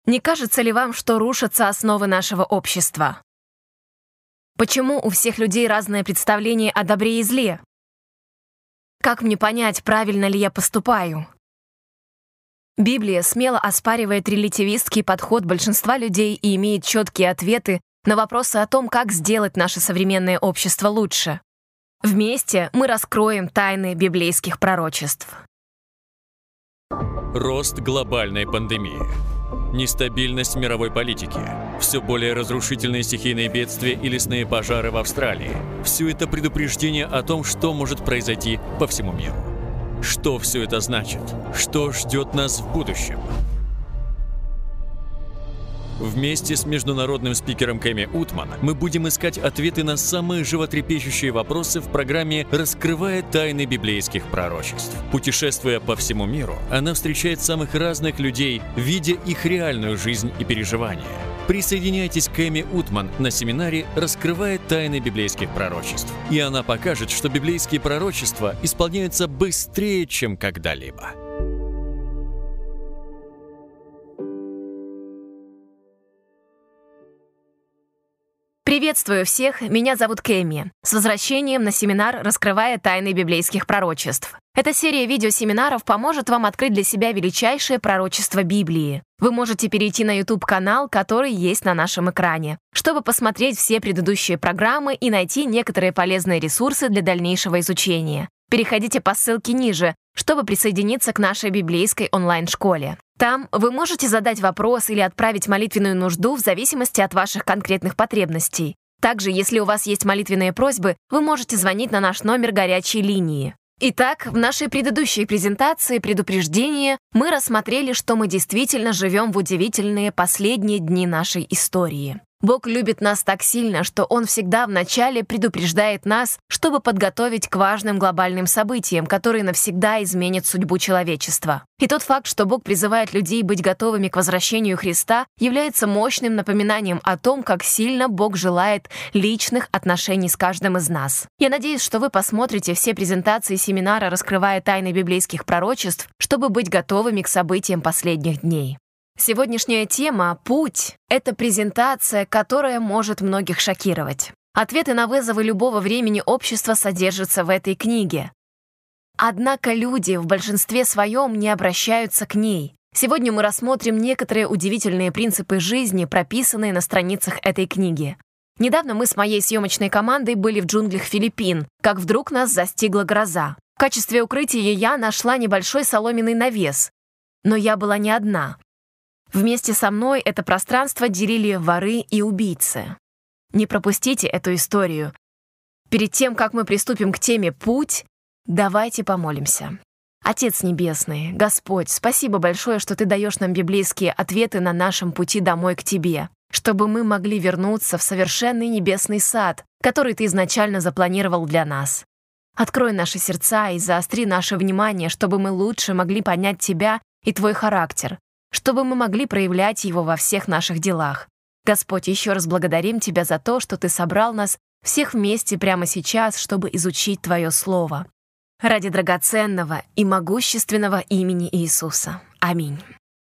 Не кажется ли вам, что рушатся основы нашего общества? Почему у всех людей разное представление о добре и зле? Как мне понять, правильно ли я поступаю? Библия смело оспаривает релятивистский подход большинства людей и имеет четкие ответы на вопросы о том, как сделать наше современное общество лучше. Вместе мы раскроем тайны библейских пророчеств. Рост глобальной пандемии. Нестабильность мировой политики. Все более разрушительные стихийные бедствия и лесные пожары в Австралии. Все это предупреждение о том, что может произойти по всему миру. Что все это значит? Что ждет нас в будущем? Вместе с международным спикером Кэми Утман мы будем искать ответы на самые животрепещущие вопросы в программе «Раскрывая тайны библейских пророчеств». Путешествуя по всему миру, она встречает самых разных людей, видя их реальную жизнь и переживания. Присоединяйтесь к Кэми Утман на семинаре «Раскрывая тайны библейских пророчеств». И она покажет, что библейские пророчества исполняются быстрее, чем когда-либо. Приветствую всех, меня зовут Кэмми. С возвращением на семинар «Раскрывая тайны библейских пророчеств». Эта серия видеосеминаров поможет вам открыть для себя величайшее пророчество Библии. Вы можете перейти на YouTube-канал, который есть на нашем экране, чтобы посмотреть все предыдущие программы и найти некоторые полезные ресурсы для дальнейшего изучения. Переходите по ссылке ниже, чтобы присоединиться к нашей библейской онлайн-школе. Там вы можете задать вопрос или отправить молитвенную нужду в зависимости от ваших конкретных потребностей. Также, если у вас есть молитвенные просьбы, вы можете звонить на наш номер горячей линии. Итак, в нашей предыдущей презентации «Предупреждение» мы рассмотрели, что мы действительно живем в удивительные последние дни нашей истории. Бог любит нас так сильно, что Он всегда вначале предупреждает нас, чтобы подготовить к важным глобальным событиям, которые навсегда изменят судьбу человечества. И тот факт, что Бог призывает людей быть готовыми к возвращению Христа, является мощным напоминанием о том, как сильно Бог желает личных отношений с каждым из нас. Я надеюсь, что вы посмотрите все презентации семинара «Раскрывая тайны библейских пророчеств», чтобы быть готовыми к событиям последних дней. Сегодняшняя тема «Путь» — это презентация, которая может многих шокировать. Ответы на вызовы любого времени общества содержатся в этой книге. Однако люди в большинстве своем не обращаются к ней. Сегодня мы рассмотрим некоторые удивительные принципы жизни, прописанные на страницах этой книги. Недавно мы с моей съемочной командой были в джунглях Филиппин, как вдруг нас застигла гроза. В качестве укрытия я нашла небольшой соломенный навес. Но я была не одна. Вместе со мной это пространство делили воры и убийцы. Не пропустите эту историю. Перед тем, как мы приступим к теме «Путь», давайте помолимся. Отец Небесный, Господь, спасибо большое, что Ты даешь нам библейские ответы на нашем пути домой к Тебе, чтобы мы могли вернуться в совершенный небесный сад, который Ты изначально запланировал для нас. Открой наши сердца и заостри наше внимание, чтобы мы лучше могли понять Тебя и Твой характер, чтобы мы могли проявлять его во всех наших делах. Господь, еще раз благодарим Тебя за то, что Ты собрал нас всех вместе прямо сейчас, чтобы изучить Твое Слово. Ради драгоценного и могущественного имени Иисуса. Аминь.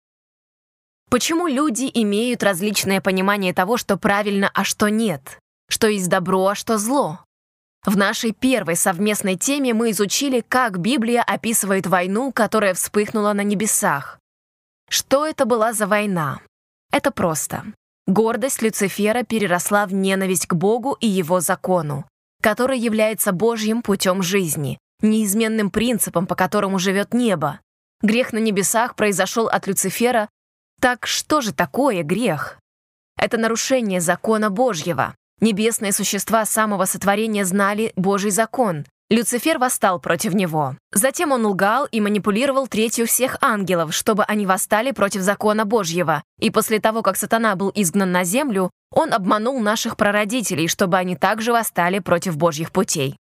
Почему люди имеют различное понимание того, что правильно, а что нет? Что есть добро, а что зло? В нашей первой совместной теме мы изучили, как Библия описывает войну, которая вспыхнула на небесах. Что это была за война? Это просто. Гордость Люцифера переросла в ненависть к Богу и Его закону, который является Божьим путем жизни, неизменным принципом, по которому живет небо. Грех на небесах произошел от Люцифера. Так что же такое грех? Это нарушение закона Божьего. Небесные существа с самого сотворения знали Божий закон. Люцифер восстал против него. Затем он лгал и манипулировал третью всех ангелов, чтобы они восстали против закона Божьего. И после того, как сатана был изгнан на землю, он обманул наших прародителей, чтобы они также восстали против Божьих путей.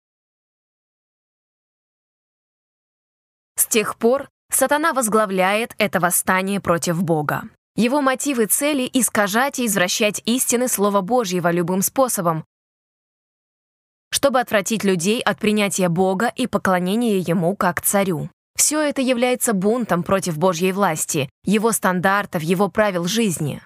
С тех пор сатана возглавляет это восстание против Бога. Его мотивы цели — искажать и извращать истины Слова Божьего любым способом, чтобы отвратить людей от принятия Бога и поклонения Ему как царю. Все это является бунтом против Божьей власти, Его стандартов, Его правил жизни.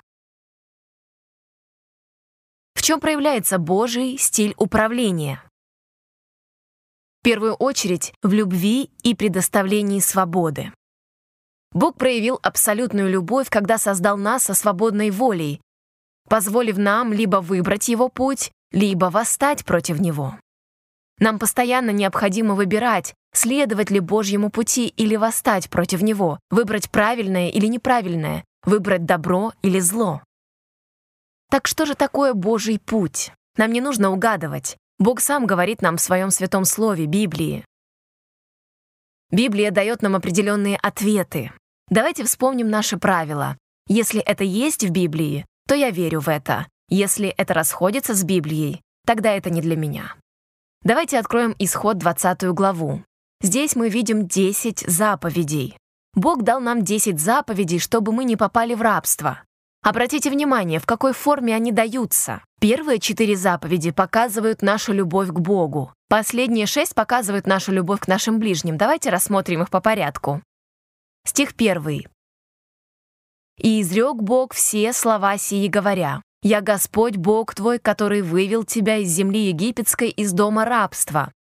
В чем проявляется Божий стиль управления? В первую очередь, в любви и предоставлении свободы. Бог проявил абсолютную любовь, когда создал нас со свободной волей, позволив нам либо выбрать Его путь, либо восстать против Него. Нам постоянно необходимо выбирать, следовать ли Божьему пути или восстать против Него, выбрать правильное или неправильное, выбрать добро или зло. Так что же такое Божий путь? Нам не нужно угадывать. Бог сам говорит нам в Своем Святом Слове, Библии. Библия дает нам определенные ответы. Давайте вспомним наши правила. Если это есть в Библии, то я верю в это. Если это расходится с Библией, тогда это не для меня. Давайте откроем Исход 20 главу. Здесь мы видим 10 заповедей. Бог дал нам 10 заповедей, чтобы мы не попали в рабство. Обратите внимание, в какой форме они даются. Первые 4 заповеди показывают нашу любовь к Богу. Последние 6 показывают нашу любовь к нашим ближним. Давайте рассмотрим их по порядку. Стих 1. «И изрек Бог все слова сии, говоря: «Я Господь Бог твой, который вывел тебя из земли египетской, из дома рабства».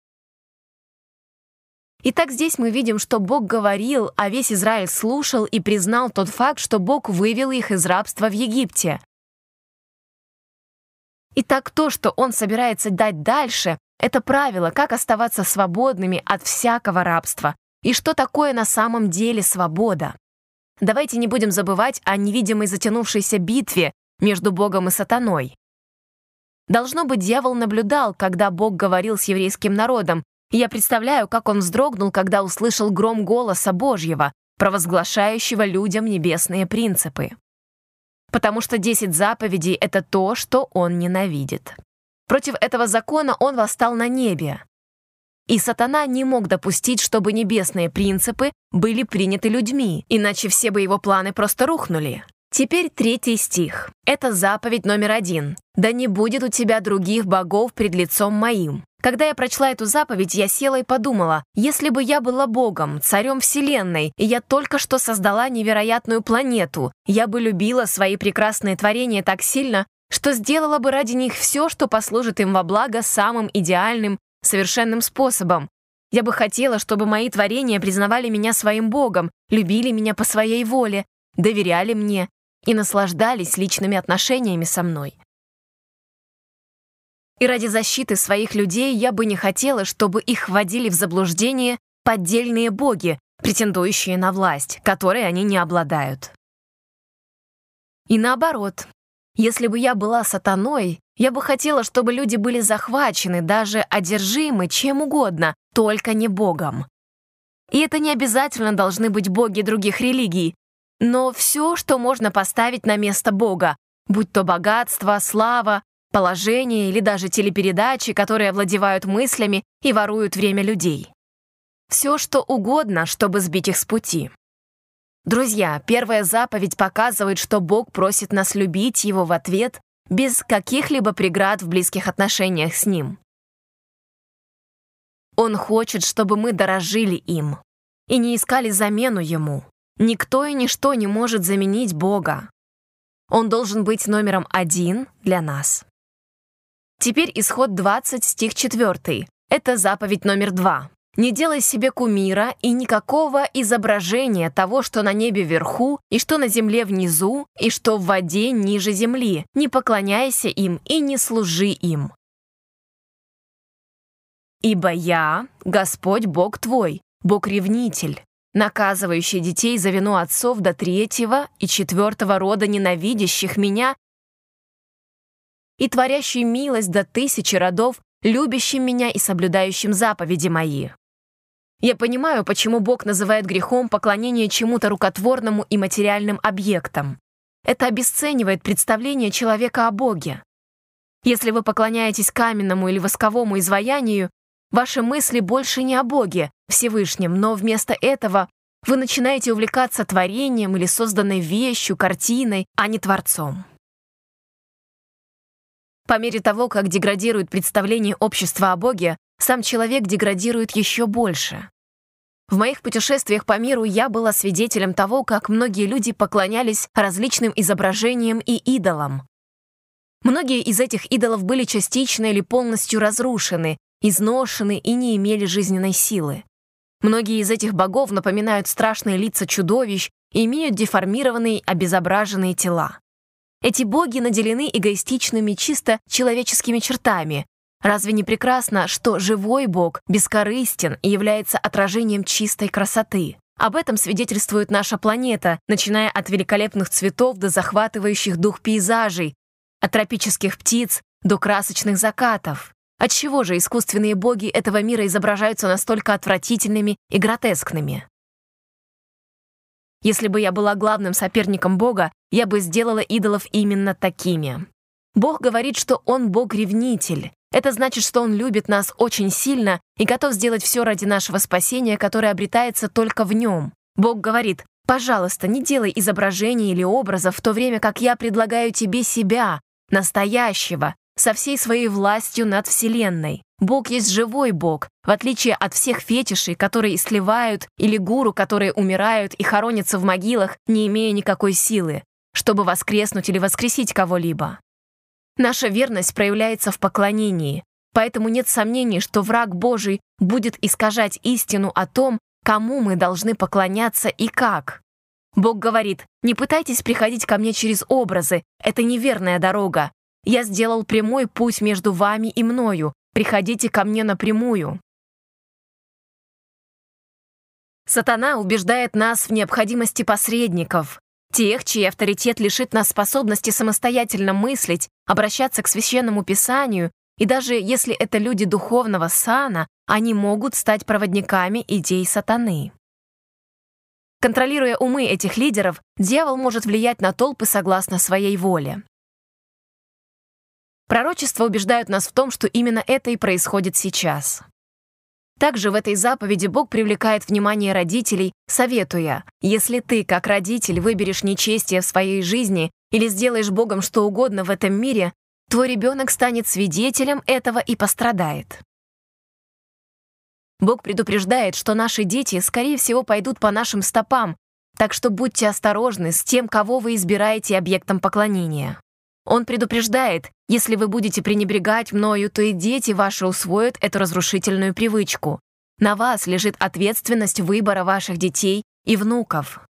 Итак, здесь мы видим, что Бог говорил, а весь Израиль слушал и признал тот факт, что Бог вывел их из рабства в Египте. Итак, то, что Он собирается дать дальше, это правило, как оставаться свободными от всякого рабства и что такое на самом деле свобода. Давайте не будем забывать о невидимой затянувшейся битве между Богом и сатаной. Должно быть, дьявол наблюдал, когда Бог говорил с еврейским народом, и я представляю, как он вздрогнул, когда услышал гром голоса Божьего, провозглашающего людям небесные принципы. Потому что 10 заповедей — это то, что он ненавидит. Против этого закона он восстал на небе. И сатана не мог допустить, чтобы небесные принципы были приняты людьми, иначе все бы его планы просто рухнули. Теперь 3 стих. Это заповедь номер 1. «Да не будет у тебя других богов пред лицом моим». Когда я прочла эту заповедь, я села и подумала, если бы я была Богом, царем Вселенной, и я только что создала невероятную планету, я бы любила свои прекрасные творения так сильно, что сделала бы ради них все, что послужит им во благо самым идеальным, совершенным способом. Я бы хотела, чтобы мои творения признавали меня своим Богом, любили меня по своей воле, доверяли мне и наслаждались личными отношениями со мной. И ради защиты своих людей я бы не хотела, чтобы их вводили в заблуждение поддельные боги, претендующие на власть, которой они не обладают. И наоборот, если бы я была сатаной, я бы хотела, чтобы люди были захвачены, даже одержимы чем угодно, только не Богом. И это не обязательно должны быть боги других религий, но все, что можно поставить на место Бога, будь то богатство, слава, положение или даже телепередачи, которые овладевают мыслями и воруют время людей. Все, что угодно, чтобы сбить их с пути. Друзья, первая заповедь показывает, что Бог просит нас любить Его в ответ без каких-либо преград в близких отношениях с Ним. Он хочет, чтобы мы дорожили им и не искали замену Ему. Никто и ничто не может заменить Бога. Он должен быть номером 1 для нас. Теперь Исход 20, стих 4. Это заповедь номер 2. «Не делай себе кумира и никакого изображения того, что на небе вверху, и что на земле внизу, и что в воде ниже земли. Не поклоняйся им и не служи им. Ибо я, Господь Бог твой, Бог-ревнитель, наказывающий детей за вину отцов до 3-го и 4-го рода ненавидящих меня и творящий милость до 1000 родов, любящим меня и соблюдающим заповеди мои». Я понимаю, почему Бог называет грехом поклонение чему-то рукотворному и материальным объектам. Это обесценивает представление человека о Боге. Если вы поклоняетесь каменному или восковому изваянию, ваши мысли больше не о Боге, Всевышнем, но вместо этого вы начинаете увлекаться творением или созданной вещью, картиной, а не Творцом. По мере того, как деградирует представление общества о Боге, сам человек деградирует еще больше. В моих путешествиях по миру я была свидетелем того, как многие люди поклонялись различным изображениям и идолам. Многие из этих идолов были частично или полностью разрушены, изношены и не имели жизненной силы. Многие из этих богов напоминают страшные лица чудовищ и имеют деформированные, обезображенные тела. Эти боги наделены эгоистичными, чисто человеческими чертами. Разве не прекрасно, что живой Бог бескорыстен и является отражением чистой красоты? Об этом свидетельствует наша планета, начиная от великолепных цветов до захватывающих дух пейзажей, от тропических птиц до красочных закатов. Отчего же искусственные боги этого мира изображаются настолько отвратительными и гротескными? Если бы я была главным соперником Бога, я бы сделала идолов именно такими. Бог говорит, что Он Бог-ревнитель. Это значит, что Он любит нас очень сильно и готов сделать все ради нашего спасения, которое обретается только в Нем. Бог говорит: «Пожалуйста, не делай изображений или образов, в то время как я предлагаю тебе себя, настоящего, со всей своей властью над Вселенной». Бог есть живой Бог, в отличие от всех фетишей, которые сливают, или гуру, которые умирают и хоронятся в могилах, не имея никакой силы, чтобы воскреснуть или воскресить кого-либо. Наша верность проявляется в поклонении, поэтому нет сомнений, что враг Божий будет искажать истину о том, кому мы должны поклоняться и как. Бог говорит: «Не пытайтесь приходить ко мне через образы, это неверная дорога. Я сделал прямой путь между вами и мною, приходите ко мне напрямую». Сатана убеждает нас в необходимости посредников, тех, чей авторитет лишит нас способности самостоятельно мыслить, обращаться к Священному Писанию, и даже если это люди духовного сана, они могут стать проводниками идей сатаны. Контролируя умы этих лидеров, дьявол может влиять на толпы согласно своей воле. Пророчества убеждают нас в том, что именно это и происходит сейчас. Также в этой заповеди Бог привлекает внимание родителей, советуя: если ты, как родитель, выберешь нечестие в своей жизни или сделаешь Богом что угодно в этом мире, твой ребенок станет свидетелем этого и пострадает. Бог предупреждает, что наши дети, скорее всего, пойдут по нашим стопам, так что будьте осторожны с тем, кого вы избираете объектом поклонения. Он предупреждает: если вы будете пренебрегать мною, то и дети ваши усвоят эту разрушительную привычку. На вас лежит ответственность выбора ваших детей и внуков.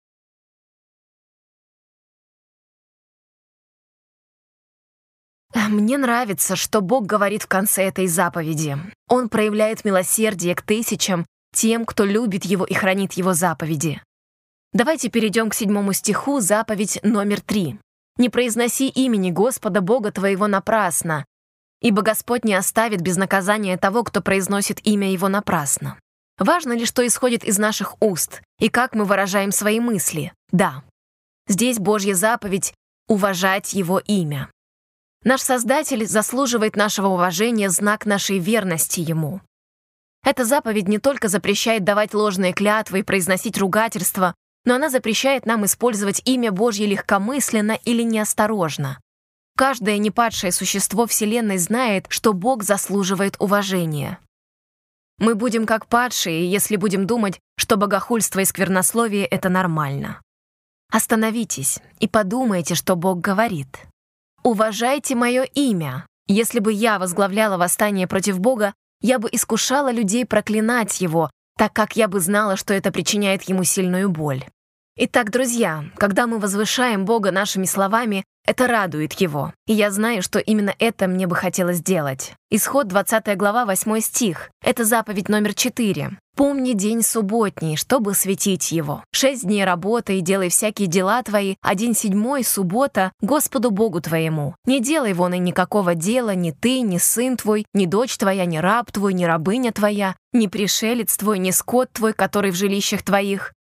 Мне нравится, что Бог говорит в конце этой заповеди. Он проявляет милосердие к тысячам, тем, кто любит Его и хранит Его заповеди. Давайте перейдем к 7 стиху, заповедь номер 3. «Не произноси имени Господа Бога твоего напрасно, ибо Господь не оставит без наказания того, кто произносит имя Его напрасно». Важно ли, что исходит из наших уст, и как мы выражаем свои мысли? Да. Здесь Божья заповедь — уважать Его имя. Наш Создатель заслуживает нашего уважения, знак нашей верности Ему. Эта заповедь не только запрещает давать ложные клятвы и произносить ругательства, но она запрещает нам использовать имя Божье легкомысленно или неосторожно. Каждое непадшее существо Вселенной знает, что Бог заслуживает уважения. Мы будем как падшие, если будем думать, что богохульство и сквернословие — это нормально. Остановитесь и подумайте, что Бог говорит. «Уважайте мое имя». Если бы я возглавляла восстание против Бога, я бы искушала людей проклинать Его, так как я бы знала, что это причиняет Ему сильную боль. Итак, друзья, когда мы возвышаем Бога нашими словами, это радует Его. И я знаю, что именно это мне бы хотелось делать. Исход 20 глава, 8 стих. Это заповедь номер 4. «Помни день субботний, чтобы светить его. 6 дней работай и делай всякие дела твои, а день 7 суббота Господу Богу твоему. Не делай вон и никакого дела ни ты, ни сын твой, ни дочь твоя, ни раб твой, ни рабыня твоя, ни пришелец твой, ни скот твой, который в жилищах твоих.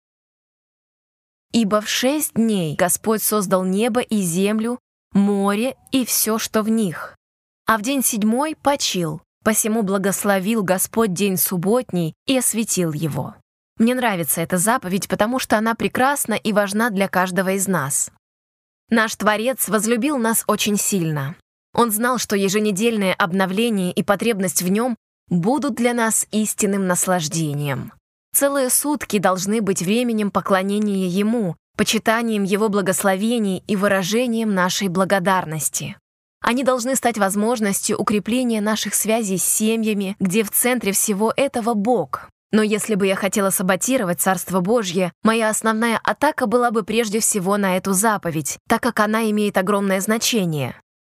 Ибо в 6 дней Господь создал небо и землю, море и все, что в них. А в день 7 почил, посему благословил Господь день субботний и осветил его». Мне нравится эта заповедь, потому что она прекрасна и важна для каждого из нас. Наш Творец возлюбил нас очень сильно. Он знал, что еженедельное обновление и потребность в нем будут для нас истинным наслаждением. Целые сутки должны быть временем поклонения Ему, почитанием Его благословений и выражением нашей благодарности. Они должны стать возможностью укрепления наших связей с семьями, где в центре всего этого Бог. Но если бы я хотела саботировать Царство Божье, моя основная атака была бы прежде всего на эту заповедь, так как она имеет огромное значение.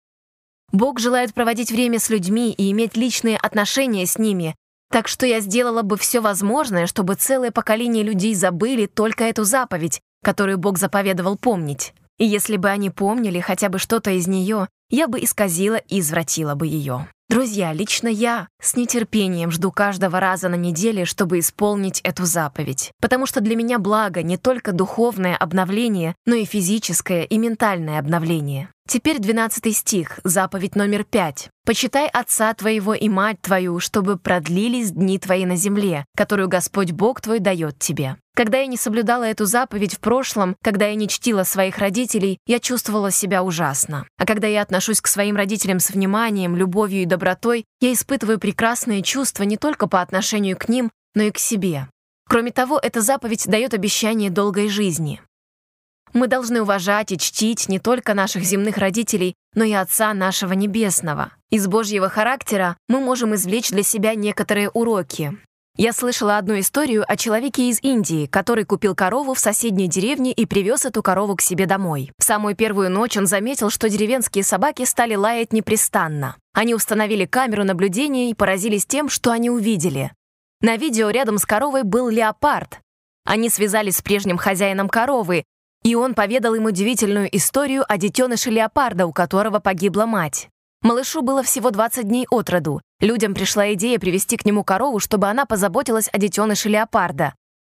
Бог желает проводить время с людьми и иметь личные отношения с ними, так что я сделала бы все возможное, чтобы целое поколение людей забыли только эту заповедь, которую Бог заповедовал помнить. И если бы они помнили хотя бы что-то из нее, я бы исказила и извратила бы ее. Друзья, лично я с нетерпением жду каждого раза на неделе, чтобы исполнить эту заповедь, потому что для меня благо не только духовное обновление, но и физическое и ментальное обновление. Теперь 12 стих, заповедь номер 5. «Почитай отца твоего и мать твою, чтобы продлились дни твои на земле, которую Господь Бог твой дает тебе». Когда я не соблюдала эту заповедь в прошлом, когда я не чтила своих родителей, я чувствовала себя ужасно. А когда я отношусь к своим родителям с вниманием, любовью и добротой, я испытываю прекрасные чувства не только по отношению к ним, но и к себе. Кроме того, эта заповедь дает обещание долгой жизни. Мы должны уважать и чтить не только наших земных родителей, но и Отца нашего Небесного. Из Божьего характера мы можем извлечь для себя некоторые уроки. Я слышала одну историю о человеке из Индии, который купил корову в соседней деревне и привез эту корову к себе домой. В самую первую ночь он заметил, что деревенские собаки стали лаять непрестанно. Они установили камеру наблюдения и поразились тем, что они увидели. На видео рядом с коровой был леопард. Они связались с прежним хозяином коровы, и он поведал им удивительную историю о детеныше леопарда, у которого погибла мать. Малышу было всего 20 дней от роду. Людям пришла идея привести к нему корову, чтобы она позаботилась о детеныше леопарда.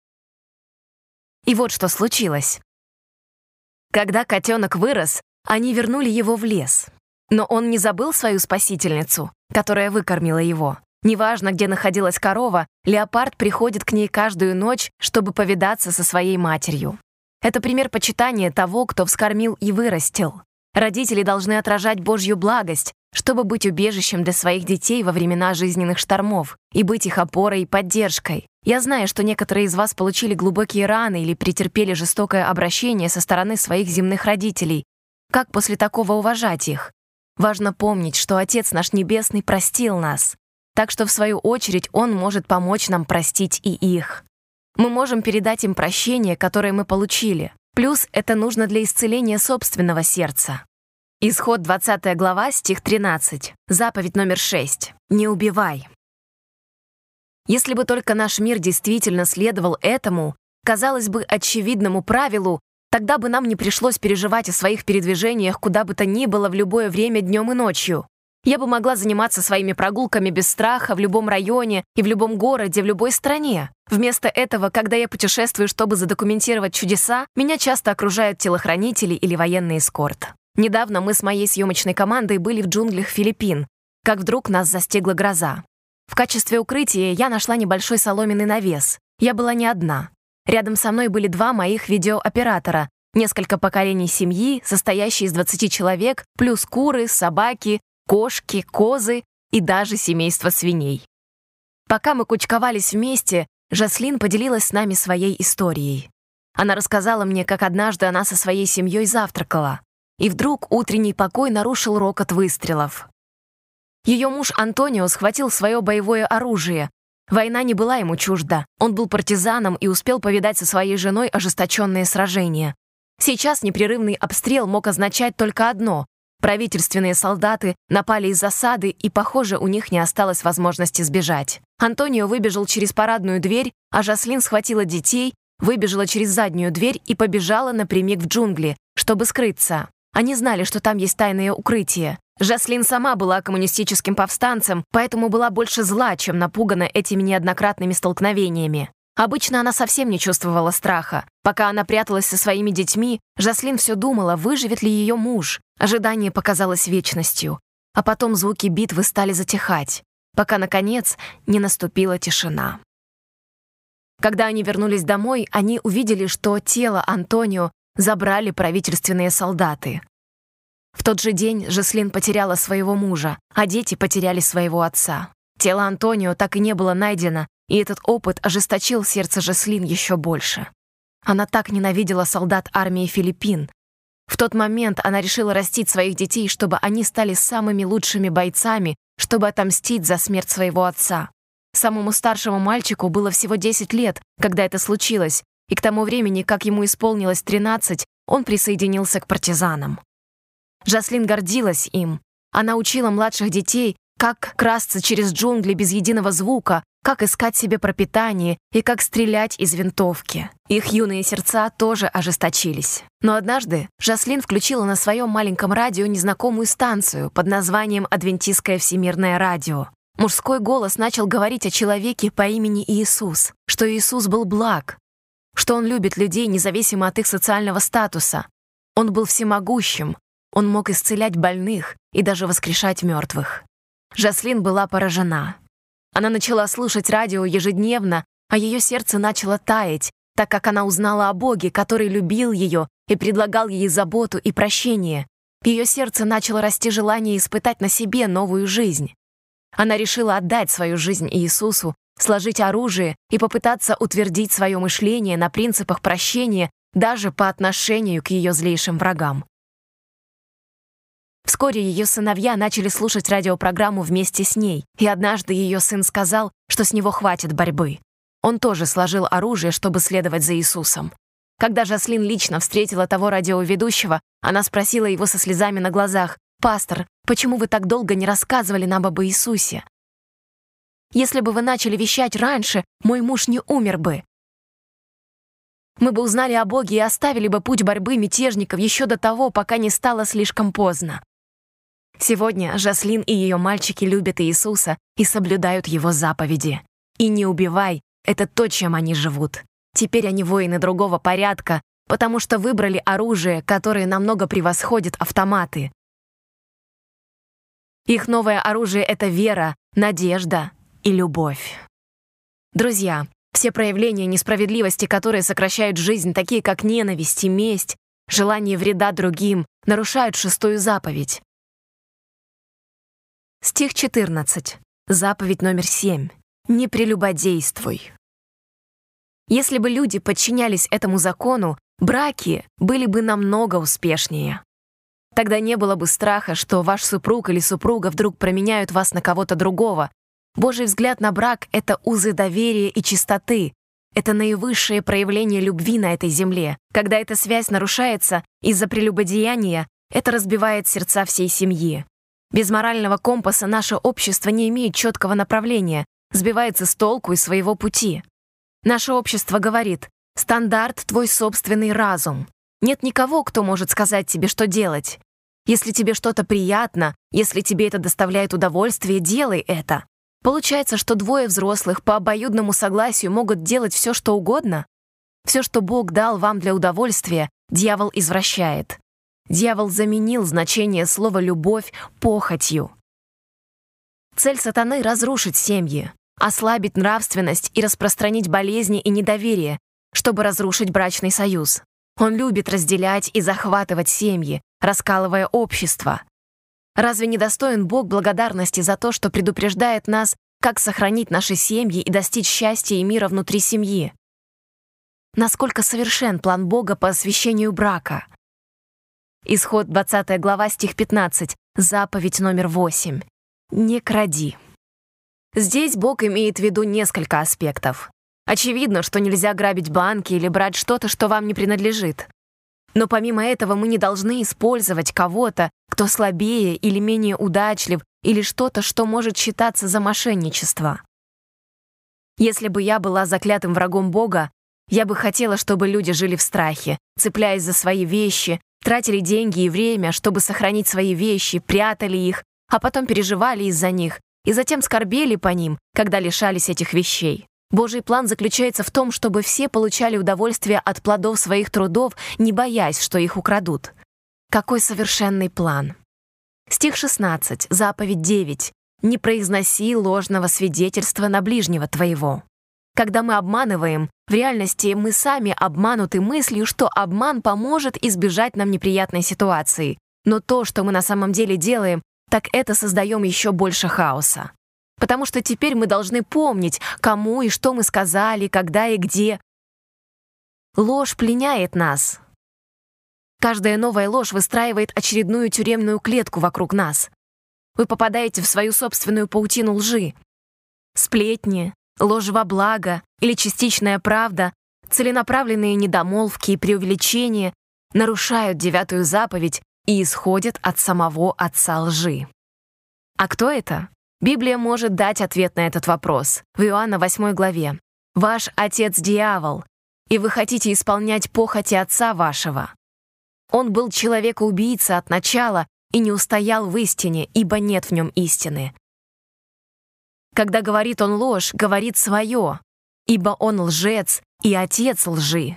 И вот что случилось. Когда котенок вырос, они вернули его в лес. Но он не забыл свою спасительницу, которая выкормила его. Неважно, где находилась корова, леопард приходит к ней каждую ночь, чтобы повидаться со своей матерью. Это пример почитания того, кто вскормил и вырастил. Родители должны отражать Божью благость, чтобы быть убежищем для своих детей во времена жизненных штормов и быть их опорой и поддержкой. Я знаю, что некоторые из вас получили глубокие раны или претерпели жестокое обращение со стороны своих земных родителей. Как после такого уважать их? Важно помнить, что Отец наш Небесный простил нас, так что в свою очередь Он может помочь нам простить и их. Мы можем передать им прощение, которое мы получили. Плюс это нужно для исцеления собственного сердца. Исход 20 глава, стих 13. Заповедь номер 6. Не убивай. Если бы только наш мир действительно следовал этому, казалось бы, очевидному правилу, тогда бы нам не пришлось переживать о своих передвижениях куда бы то ни было в любое время днем и ночью. Я бы могла заниматься своими прогулками без страха в любом районе и в любом городе, в любой стране. Вместо этого, когда я путешествую, чтобы задокументировать чудеса, меня часто окружают телохранители или военный эскорт. Недавно мы с моей съемочной командой были в джунглях Филиппин, как вдруг нас застигла гроза. В качестве укрытия я нашла небольшой соломенный навес. Я была не одна. Рядом со мной были 2 моих видеооператора, несколько поколений семьи, состоящие из 20 человек, плюс куры, собаки, кошки, козы и даже семейство свиней. Пока мы кучковались вместе, Жаслин поделилась с нами своей историей. Она рассказала мне, как однажды она со своей семьей завтракала, и вдруг утренний покой нарушил рокот выстрелов. Ее муж Антонио схватил свое боевое оружие. Война не была ему чужда. Он был партизаном и успел повидать со своей женой ожесточенные сражения. Сейчас непрерывный обстрел мог означать только одно — правительственные солдаты напали из засады, и, похоже, у них не осталось возможности сбежать. Антонио выбежал через парадную дверь, а Жаслин схватила детей, выбежала через заднюю дверь и побежала напрямик в джунгли, чтобы скрыться. Они знали, что там есть тайное укрытие. Жаслин сама была коммунистическим повстанцем, поэтому была больше зла, чем напугана этими неоднократными столкновениями. Обычно она совсем не чувствовала страха. Пока она пряталась со своими детьми, Жаслин все думала, выживет ли ее муж. Ожидание показалось вечностью. А потом звуки битвы стали затихать, пока, наконец, не наступила тишина. Когда они вернулись домой, они увидели, что тело Антонио забрали правительственные солдаты. В тот же день Жаслин потеряла своего мужа, а дети потеряли своего отца. Тело Антонио так и не было найдено, И этот опыт ожесточил сердце Жаслин еще больше. Она так ненавидела солдат армии Филиппин. В тот момент она решила растить своих детей, чтобы они стали самыми лучшими бойцами, чтобы отомстить за смерть своего отца. Самому старшему мальчику было всего 10 лет, когда это случилось, и к тому времени, как ему исполнилось 13, он присоединился к партизанам. Жаслин гордилась им. Она учила младших детей, как красться через джунгли без единого звука, как искать себе пропитание и как стрелять из винтовки. Их юные сердца тоже ожесточились. Но однажды Жаслин включила на своем маленьком радио незнакомую станцию под названием «Адвентистское всемирное радио». Мужской голос начал говорить о человеке по имени Иисус, что Иисус был благ, что Он любит людей независимо от их социального статуса. Он был всемогущим, Он мог исцелять больных и даже воскрешать мертвых. Жаслин была поражена. Она начала слушать радио ежедневно, а ее сердце начало таять, так как она узнала о Боге, который любил ее и предлагал ей заботу и прощение. В ее сердце начало расти желание испытать на себе новую жизнь. Она решила отдать свою жизнь Иисусу, сложить оружие и попытаться утвердить свое мышление на принципах прощения даже по отношению к ее злейшим врагам. Вскоре ее сыновья начали слушать радиопрограмму вместе с ней, и однажды ее сын сказал, что с него хватит борьбы. Он тоже сложил оружие, чтобы следовать за Иисусом. Когда Жаслин лично встретила того радиоведущего, она спросила его со слезами на глазах: «Пастор, почему вы так долго не рассказывали нам об Иисусе? Если бы вы начали вещать раньше, мой муж не умер бы. Мы бы узнали о Боге и оставили бы путь борьбы мятежников еще до того, пока не стало слишком поздно». Сегодня Жаслин и ее мальчики любят Иисуса и соблюдают Его заповеди. «И не убивай» — это то, чем они живут. Теперь они воины другого порядка, потому что выбрали оружие, которое намного превосходит автоматы. Их новое оружие — это вера, надежда и любовь. Друзья, все проявления несправедливости, которые сокращают жизнь, такие как ненависть и месть, желание вреда другим, нарушают 6-ю заповедь. Стих 14. Заповедь номер 7. Не прелюбодействуй. Если бы люди подчинялись этому закону, браки были бы намного успешнее. Тогда не было бы страха, что ваш супруг или супруга вдруг променяют вас на кого-то другого. Божий взгляд на брак — это узы доверия и чистоты. Это наивысшее проявление любви на этой земле. Когда эта связь нарушается из-за прелюбодеяния, это разбивает сердца всей семьи. Без морального компаса наше общество не имеет четкого направления, сбивается с толку и своего пути. Наше общество говорит: стандарт — твой собственный разум. Нет никого, кто может сказать тебе, что делать. Если тебе что-то приятно, если тебе это доставляет удовольствие, делай это. Получается, что двое взрослых по обоюдному согласию могут делать все, что угодно? Все, что Бог дал вам для удовольствия, дьявол извращает. Дьявол заменил значение слова «любовь» похотью. Цель сатаны — разрушить семьи, ослабить нравственность и распространить болезни и недоверие, чтобы разрушить брачный союз. Он любит разделять и захватывать семьи, раскалывая общество. Разве не достоин Бог благодарности за то, что предупреждает нас, как сохранить наши семьи и достичь счастья и мира внутри семьи? Насколько совершен план Бога по освящению брака? Исход 20 глава, стих 15, заповедь номер 8. Не кради. Здесь Бог имеет в виду несколько аспектов. Очевидно, что нельзя грабить банки или брать что-то, что вам не принадлежит. Но помимо этого мы не должны использовать кого-то, кто слабее или менее удачлив, или что-то, что может считаться за мошенничество. Если бы я была заклятым врагом Бога, я бы хотела, чтобы люди жили в страхе, цепляясь за свои вещи, тратили деньги и время, чтобы сохранить свои вещи, прятали их, а потом переживали из-за них, и затем скорбели по ним, когда лишались этих вещей. Божий план заключается в том, чтобы все получали удовольствие от плодов своих трудов, не боясь, что их украдут. Какой совершенный план! Стих 16, заповедь 9. «Не произноси ложного свидетельства на ближнего твоего». Когда мы обманываем, в реальности мы сами обмануты мыслью, что обман поможет избежать нам неприятной ситуации. Но то, что мы на самом деле делаем, так это создаем еще больше хаоса. потому что теперь мы должны помнить, кому и что мы сказали, когда и где. Ложь пленяет нас. Каждая новая ложь выстраивает очередную тюремную клетку вокруг нас. Вы попадаете в свою собственную паутину лжи. Сплетни, ложь во благо или частичная правда, целенаправленные недомолвки и преувеличения нарушают 9-ю заповедь и исходят от самого отца лжи. А кто это? Библия может дать ответ на этот вопрос. В Иоанна 8 главе. «Ваш отец дьявол, и вы хотите исполнять похоти отца вашего. Он был человека-убийца от начала и не устоял в истине, ибо нет в нем истины. Когда говорит он ложь, говорит свое, ибо он лжец и отец лжи».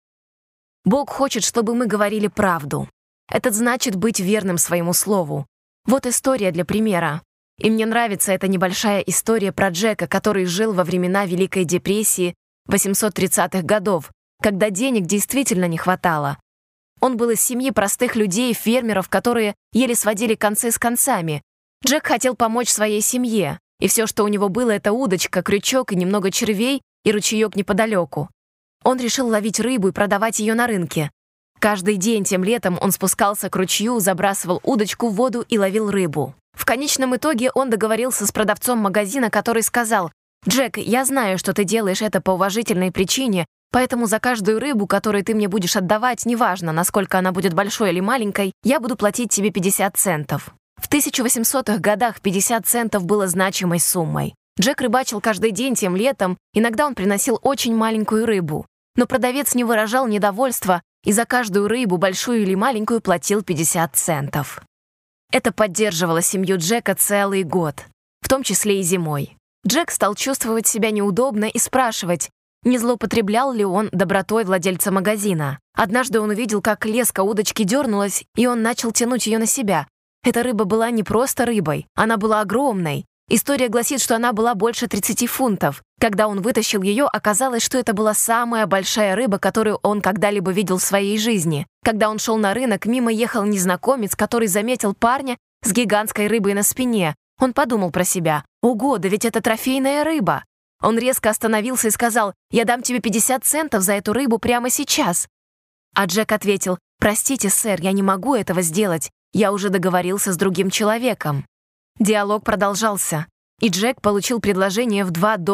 Бог хочет, чтобы мы говорили правду. Это значит быть верным своему слову. Вот история для примера. И мне нравится эта небольшая история про Джека, который жил во времена Великой депрессии 830-х годов, когда денег действительно не хватало. Он был из семьи простых людей, фермеров, которые еле сводили концы с концами. Джек хотел помочь своей семье, и все, что у него было, это удочка, крючок и немного червей и ручеек неподалеку. Он решил ловить рыбу и продавать ее на рынке. Каждый день тем летом он спускался к ручью, забрасывал удочку в воду и ловил рыбу. В конечном итоге он договорился с продавцом магазина, который сказал: «Джек, я знаю, что ты делаешь это по уважительной причине, поэтому за каждую рыбу, которую ты мне будешь отдавать, неважно, насколько она будет большой или маленькой, я буду платить тебе 50 центов». В 1800-х годах 50 центов было значимой суммой. Джек рыбачил каждый день тем летом, иногда он приносил очень маленькую рыбу. Но продавец не выражал недовольства и за каждую рыбу, большую или маленькую, платил 50 центов. Это поддерживало семью Джека целый год, в том числе и зимой. Джек стал чувствовать себя неудобно и спрашивать, не злоупотреблял ли он добротой владельца магазина. Однажды он увидел, как леска удочки дернулась, и он начал тянуть ее на себя. Эта рыба была не просто рыбой, она была огромной. История гласит, что она была больше 30 фунтов. Когда он вытащил ее, оказалось, что это была самая большая рыба, которую он когда-либо видел в своей жизни. Когда он шел на рынок, мимо ехал незнакомец, который заметил парня с гигантской рыбой на спине. Он подумал про себя: «Ого, да ведь это трофейная рыба!» Он резко остановился и сказал: «Я дам тебе 50 центов за эту рыбу прямо сейчас». А Джек ответил: «Простите, сэр, я не могу этого сделать. Я уже договорился с другим человеком». Диалог продолжался, и Джек получил предложение в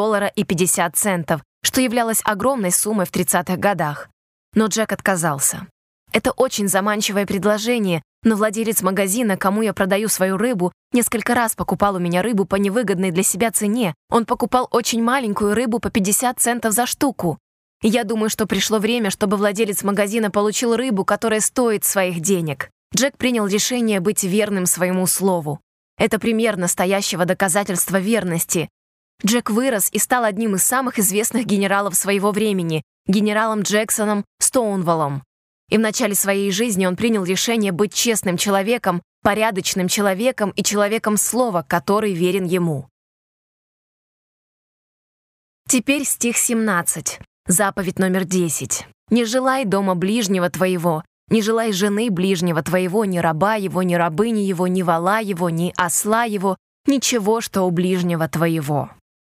$2.50, что являлось огромной суммой в 30-х годах. Но Джек отказался. Это очень заманчивое предложение, но владелец магазина, кому я продаю свою рыбу, несколько раз покупал у меня рыбу по невыгодной для себя цене. Он покупал очень маленькую рыбу по 50 центов за штуку. И я думаю, что пришло время, чтобы владелец магазина получил рыбу, которая стоит своих денег. Джек принял решение быть верным своему слову. Это пример настоящего доказательства верности. Джек вырос и стал одним из самых известных генералов своего времени, генералом Джексоном Стоунволлом. И в начале своей жизни он принял решение быть честным человеком, порядочным человеком и человеком слова, который верен ему. Теперь стих 17, заповедь номер 10. «Не желай дома ближнего твоего, не желай жены ближнего твоего, ни раба его, ни рабыни его, ни вола его, ни осла его, ничего, что у ближнего твоего».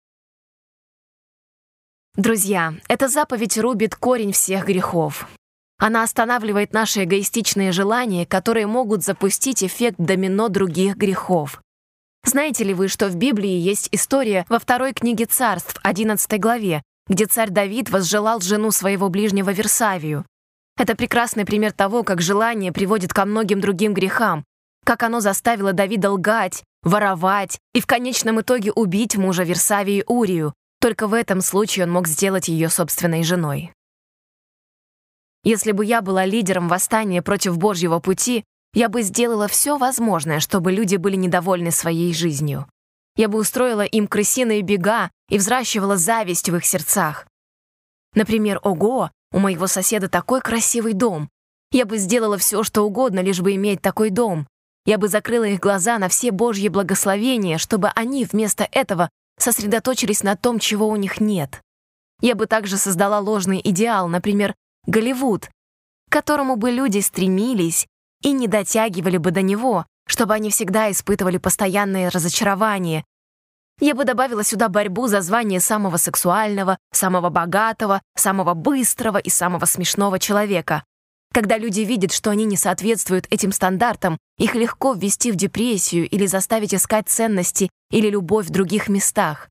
Друзья, эта заповедь рубит корень всех грехов. Она останавливает наши эгоистичные желания, которые могут запустить эффект домино других грехов. Знаете ли вы, что в Библии есть история во 2 книге Царств, 11 главе, где царь Давид возжелал жену своего ближнего Версавию? Это прекрасный пример того, как желание приводит ко многим другим грехам, как оно заставило Давида лгать, воровать и в конечном итоге убить мужа Версавии Урию. Только в этом случае он мог сделать ее собственной женой. Если бы я была лидером восстания против Божьего пути, я бы сделала все возможное, чтобы люди были недовольны своей жизнью. Я бы устроила им крысиные бега и взращивала зависть в их сердцах. Например, «Ого, у моего соседа такой красивый дом». Я бы сделала все, что угодно, лишь бы иметь такой дом. Я бы закрыла их глаза на все Божьи благословения, чтобы они вместо этого сосредоточились на том, чего у них нет. Я бы также создала ложный идеал, например, Голливуд, к которому бы люди стремились и не дотягивали бы до него, чтобы они всегда испытывали постоянное разочарование. Я бы добавила сюда борьбу за звание самого сексуального, самого богатого, самого быстрого и самого смешного человека. Когда люди видят, что они не соответствуют этим стандартам, их легко ввести в депрессию или заставить искать ценности или любовь в других местах.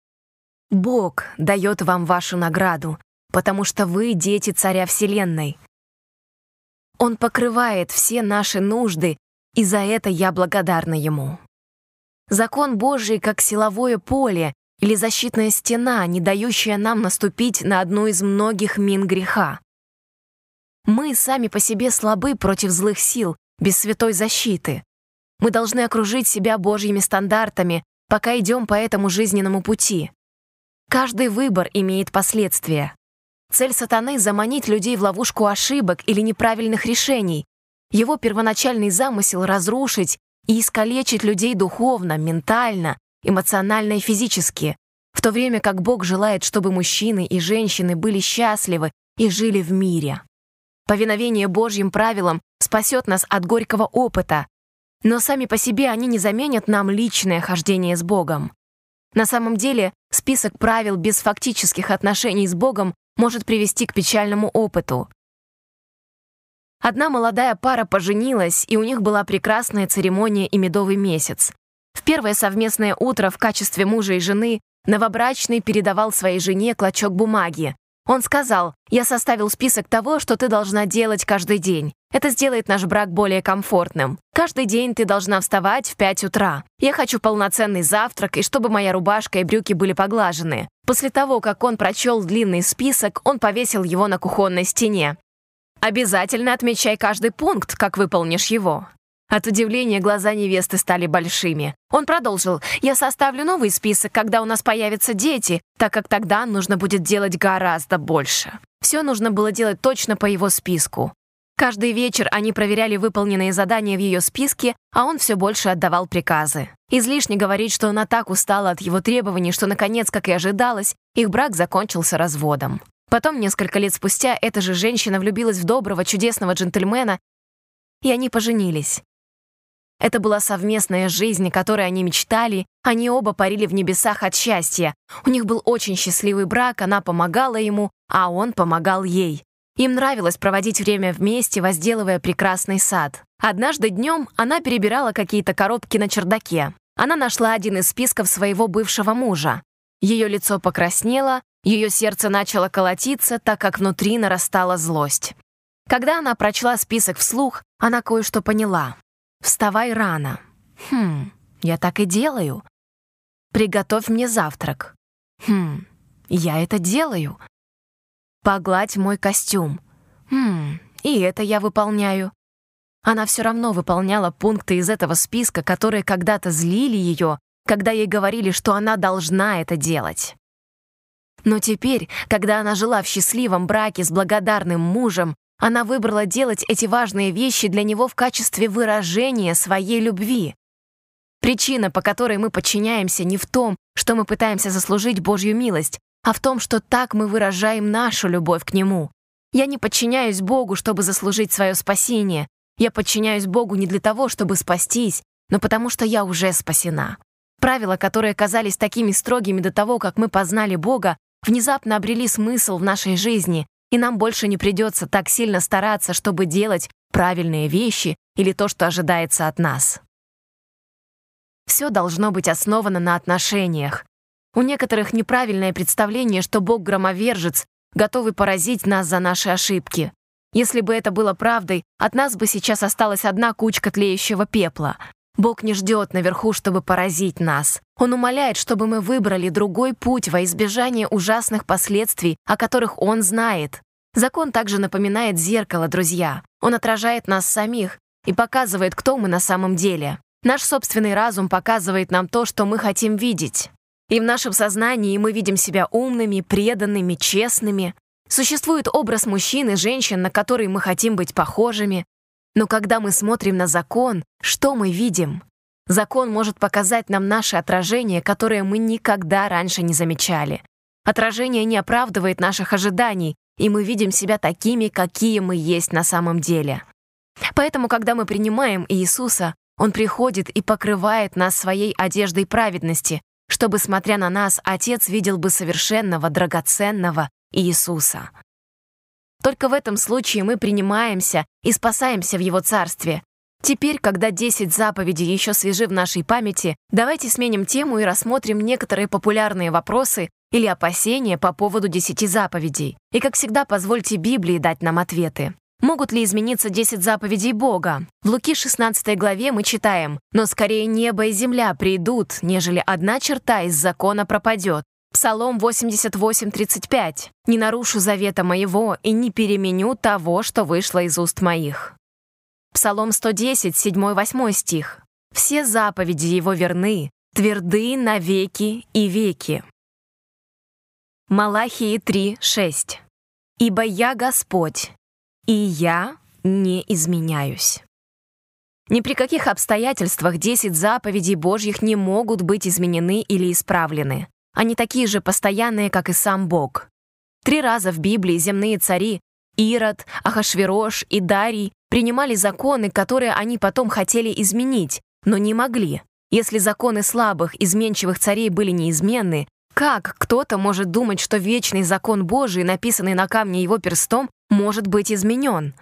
Бог дает вам вашу награду, потому что вы дети Царя Вселенной. Он покрывает все наши нужды, и за это я благодарна Ему. Закон Божий как силовое поле или защитная стена, не дающая нам наступить на одну из многих мин греха. Мы сами по себе слабы против злых сил, без святой защиты. Мы должны окружить себя Божьими стандартами, пока идем по этому жизненному пути. Каждый выбор имеет последствия. Цель сатаны — заманить людей в ловушку ошибок или неправильных решений. Его первоначальный замысел — разрушить и искалечить людей духовно, ментально, эмоционально и физически, в то время как Бог желает, чтобы мужчины и женщины были счастливы и жили в мире. Повиновение Божьим правилам спасет нас от горького опыта, но сами по себе они не заменят нам личное хождение с Богом. На самом деле, список правил без фактических отношений с Богом может привести к печальному опыту. Одна молодая пара поженилась, и у них была прекрасная церемония и медовый месяц. В первое совместное утро в качестве мужа и жены новобрачный передавал своей жене клочок бумаги. Он сказал: «Я составил список того, что ты должна делать каждый день. Это сделает наш брак более комфортным. Каждый день ты должна вставать в 5 утра. Я хочу полноценный завтрак, и чтобы моя рубашка и брюки были поглажены». После того, как он прочел длинный список, он повесил его на кухонной стене. «Обязательно отмечай каждый пункт, как выполнишь его». От удивления глаза невесты стали большими. Он продолжил: «Я составлю новый список, когда у нас появятся дети, так как тогда нужно будет делать гораздо больше». Все нужно было делать точно по его списку. Каждый вечер они проверяли выполненные задания в ее списке, а он все больше отдавал приказы. Излишне говорить, что она так устала от его требований, что, наконец, как и ожидалось, их брак закончился разводом. Потом, несколько лет спустя, эта же женщина влюбилась в доброго, чудесного джентльмена, и они поженились. Это была совместная жизнь, о которой они мечтали, они оба парили в небесах от счастья. У них был очень счастливый брак, она помогала ему, а он помогал ей. Им нравилось проводить время вместе, возделывая прекрасный сад. Однажды днем она перебирала какие-то коробки на чердаке. Она нашла один из списков своего бывшего мужа. Ее лицо покраснело, ее сердце начало колотиться, так как внутри нарастала злость. Когда она прочла список вслух, она кое-что поняла. «Вставай рано». Я так и делаю. «Приготовь мне завтрак». Я это делаю. «Погладь мой костюм». И это я выполняю. Она все равно выполняла пункты из этого списка, которые когда-то злили ее, когда ей говорили, что она должна это делать. Но теперь, когда она жила в счастливом браке с благодарным мужем, она выбрала делать эти важные вещи для него в качестве выражения своей любви. Причина, по которой мы подчиняемся, не в том, что мы пытаемся заслужить Божью милость, а в том, что так мы выражаем нашу любовь к Нему. Я не подчиняюсь Богу, чтобы заслужить свое спасение. Я подчиняюсь Богу не для того, чтобы спастись, но потому что я уже спасена. Правила, которые казались такими строгими до того, как мы познали Бога, внезапно обрели смысл в нашей жизни, и нам больше не придется так сильно стараться, чтобы делать правильные вещи или то, что ожидается от нас. Все должно быть основано на отношениях. У некоторых неправильное представление, что Бог громовержец, готовый поразить нас за наши ошибки. Если бы это было правдой, от нас бы сейчас осталась одна кучка тлеющего пепла. Бог не ждет наверху, чтобы поразить нас. Он умоляет, чтобы мы выбрали другой путь во избежание ужасных последствий, о которых Он знает. Закон также напоминает зеркало, друзья. Он отражает нас самих и показывает, кто мы на самом деле. Наш собственный разум показывает нам то, что мы хотим видеть. И в нашем сознании мы видим себя умными, преданными, честными. Существует образ мужчин и женщин, на которые мы хотим быть похожими. Но когда мы смотрим на закон, что мы видим? Закон может показать нам наше отражение, которое мы никогда раньше не замечали. Отражение не оправдывает наших ожиданий, и мы видим себя такими, какие мы есть на самом деле. Поэтому, когда мы принимаем Иисуса, Он приходит и покрывает нас своей одеждой праведности, чтобы, смотря на нас, Отец видел бы совершенного, драгоценного Иисуса. Только в этом случае мы принимаемся и спасаемся в Его Царстве. Теперь, когда 10 заповедей еще свежи в нашей памяти, давайте сменим тему и рассмотрим некоторые популярные вопросы или опасения по поводу 10 заповедей. И, как всегда, позвольте Библии дать нам ответы. Могут ли измениться 10 заповедей Бога? В Луки 16 главе мы читаем: «Но скорее небо и земля придут, нежели одна черта из закона пропадет». Псалом 88:35. «Не нарушу завета моего и не переменю того, что вышло из уст моих». Псалом 110, 7-8 стих. «Все заповеди его верны, тверды навеки и веки». Малахии 3:6. «Ибо я Господь, и я не изменяюсь». Ни при каких обстоятельствах 10 заповедей Божьих не могут быть изменены или исправлены. Они такие же постоянные, как и сам Бог. 3 раза в Библии земные цари Ирод, Ахашверош и Дарий принимали законы, которые они потом хотели изменить, но не могли. Если законы слабых, изменчивых царей были неизменны, как кто-то может думать, что вечный закон Божий, написанный на камне его перстом, может быть изменен?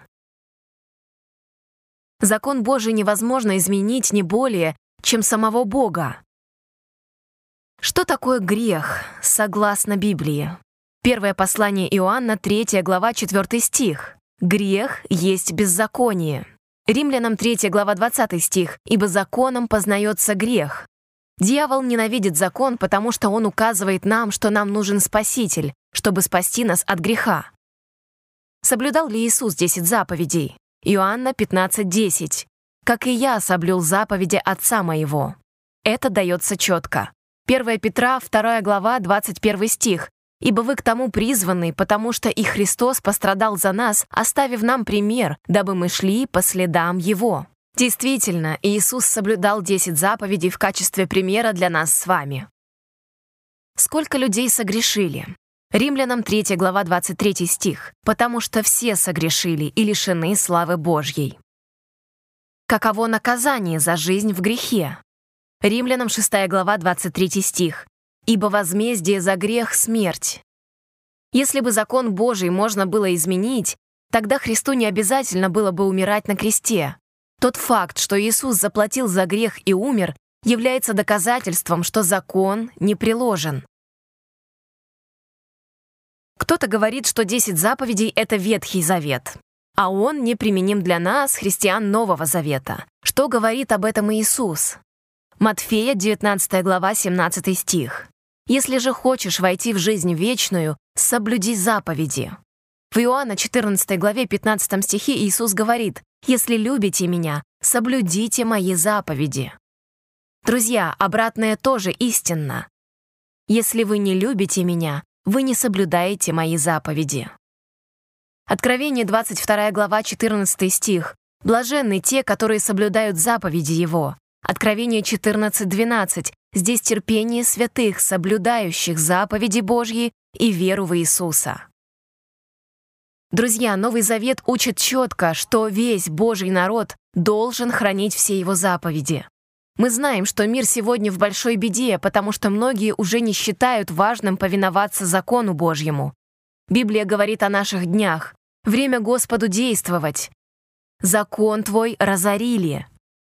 Закон Божий невозможно изменить не более, чем самого Бога. Что такое грех, согласно Библии? Первое послание Иоанна, 3 глава, 4 стих. «Грех есть беззаконие». Римлянам 3 глава, 20 стих. «Ибо законом познается грех». Дьявол ненавидит закон, потому что он указывает нам, что нам нужен Спаситель, чтобы спасти нас от греха. Соблюдал ли Иисус 10 заповедей? Иоанна 15:10. «Как и я соблюл заповеди Отца моего». Это дается четко. 1 Петра, 2 глава, 21 стих. «Ибо вы к тому призваны, потому что и Христос пострадал за нас, оставив нам пример, дабы мы шли по следам Его». Действительно, Иисус соблюдал 10 заповедей в качестве примера для нас с вами. Сколько людей согрешили? Римлянам 3 глава, 23 стих. «Потому что все согрешили и лишены славы Божьей». Каково наказание за жизнь в грехе? Римлянам 6 глава, 23 стих. «Ибо возмездие за грех — смерть». Если бы закон Божий можно было изменить, тогда Христу не обязательно было бы умирать на кресте. Тот факт, что Иисус заплатил за грех и умер, является доказательством, что закон не приложен. Кто-то говорит, что 10 заповедей — это Ветхий Завет, а он неприменим для нас, христиан Нового Завета. Что говорит об этом Иисус? Матфея, 19 глава, 17 стих. «Если же хочешь войти в жизнь вечную, соблюди заповеди». В Иоанна 14 главе, 15 стихе Иисус говорит: «Если любите Меня, соблюдите Мои заповеди». Друзья, обратное тоже истинно. «Если вы не любите Меня, вы не соблюдаете Мои заповеди». Откровение, 22 глава, 14 стих. «Блаженны те, которые соблюдают заповеди Его». Откровение 14:12. Здесь терпение святых, соблюдающих заповеди Божьи и веру в Иисуса. Друзья, Новый Завет учит четко, что весь Божий народ должен хранить все Его заповеди. Мы знаем, что мир сегодня в большой беде, потому что многие уже не считают важным повиноваться закону Божьему. Библия говорит о наших днях. Время Господу действовать. «Закон Твой разорили».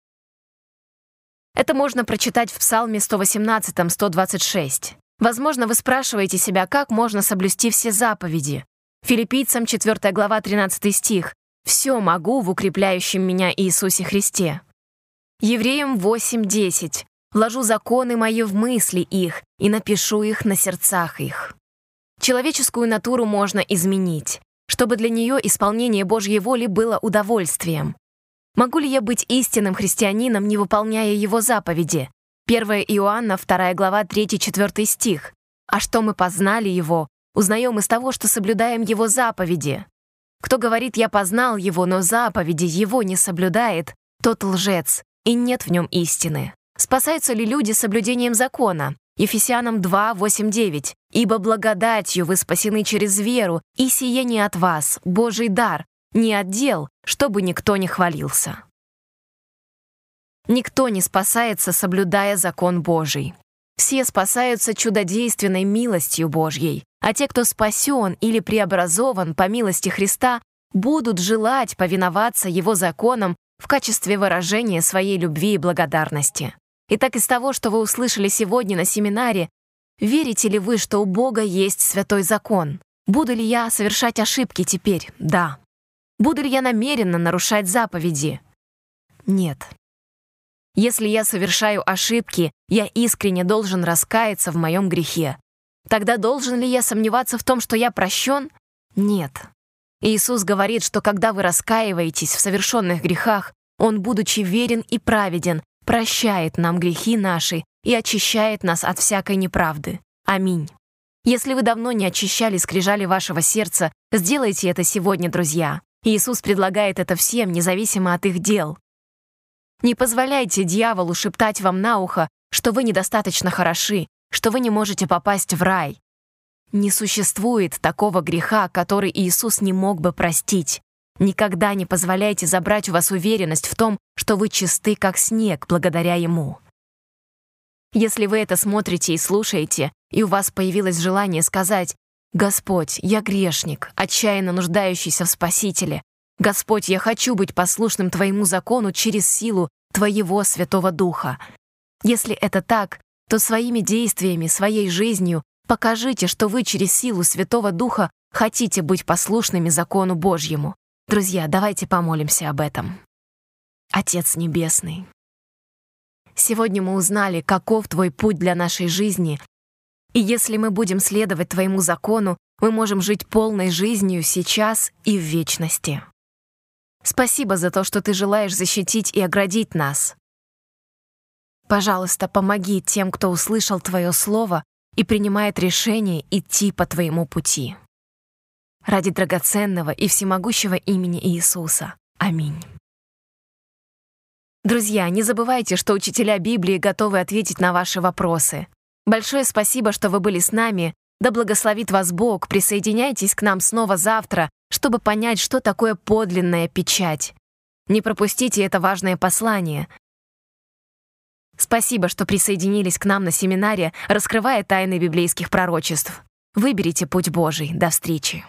Это можно прочитать в Псалме 118, 126. Возможно, вы спрашиваете себя, как можно соблюсти все заповеди. Филиппийцам 4 глава, 13 стих. «Все могу в укрепляющем меня Иисусе Христе». Евреям 8:10. «Вложу законы мои в мысли их и напишу их на сердцах их». Человеческую натуру можно изменить, чтобы для нее исполнение Божьей воли было удовольствием. Могу ли я быть истинным христианином, не выполняя Его заповеди? 1 Иоанна, 2 глава, 3-4 стих. «А что мы познали Его, узнаем из того, что соблюдаем Его заповеди. Кто говорит, я познал Его, но заповеди Его не соблюдает, тот лжец, и нет в нем истины». Спасаются ли люди соблюдением закона? Ефесянам 2, 8, 9. «Ибо благодатью вы спасены через веру, и сие не от вас, Божий дар, не от дел, чтобы никто не хвалился». Никто не спасается, соблюдая закон Божий. Все спасаются чудодейственной милостью Божьей, а те, кто спасен или преобразован по милости Христа, будут желать повиноваться Его законам в качестве выражения своей любви и благодарности. Итак, из того, что вы услышали сегодня на семинаре, верите ли вы, что у Бога есть святой закон? Буду ли я совершать ошибки теперь? Да. Буду ли я намеренно нарушать заповеди? Нет. Если я совершаю ошибки, я искренне должен раскаяться в моем грехе. Тогда должен ли я сомневаться в том, что я прощен? Нет. Иисус говорит, что когда вы раскаиваетесь в совершенных грехах, Он, будучи верен и праведен, прощает нам грехи наши и очищает нас от всякой неправды. Аминь. Если вы давно не очищали скрижали вашего сердца, сделайте это сегодня, друзья. Иисус предлагает это всем, независимо от их дел. Не позволяйте дьяволу шептать вам на ухо, что вы недостаточно хороши, что вы не можете попасть в рай. Не существует такого греха, который Иисус не мог бы простить. Никогда не позволяйте забрать у вас уверенность в том, что вы чисты, как снег, благодаря Ему. Если вы это смотрите и слушаете, и у вас появилось желание сказать: «Господь, я грешник, отчаянно нуждающийся в Спасителе. Господь, я хочу быть послушным Твоему закону через силу Твоего Святого Духа». Если это так, то своими действиями, своей жизнью покажите, что вы через силу Святого Духа хотите быть послушными закону Божьему. Друзья, давайте помолимся об этом. Отец Небесный, сегодня мы узнали, каков Твой путь для нашей жизни, и если мы будем следовать Твоему закону, мы можем жить полной жизнью сейчас и в вечности. Спасибо за то, что Ты желаешь защитить и оградить нас. Пожалуйста, помоги тем, кто услышал Твое Слово и принимает решение идти по Твоему пути. Ради драгоценного и всемогущего имени Иисуса. Аминь. Друзья, не забывайте, что учителя Библии готовы ответить на ваши вопросы. Большое спасибо, что вы были с нами. Да благословит вас Бог. Присоединяйтесь к нам снова завтра, чтобы понять, что такое подлинная печать. Не пропустите это важное послание. Спасибо, что присоединились к нам на семинаре, раскрывая тайны библейских пророчеств. Выберите путь Божий. До встречи.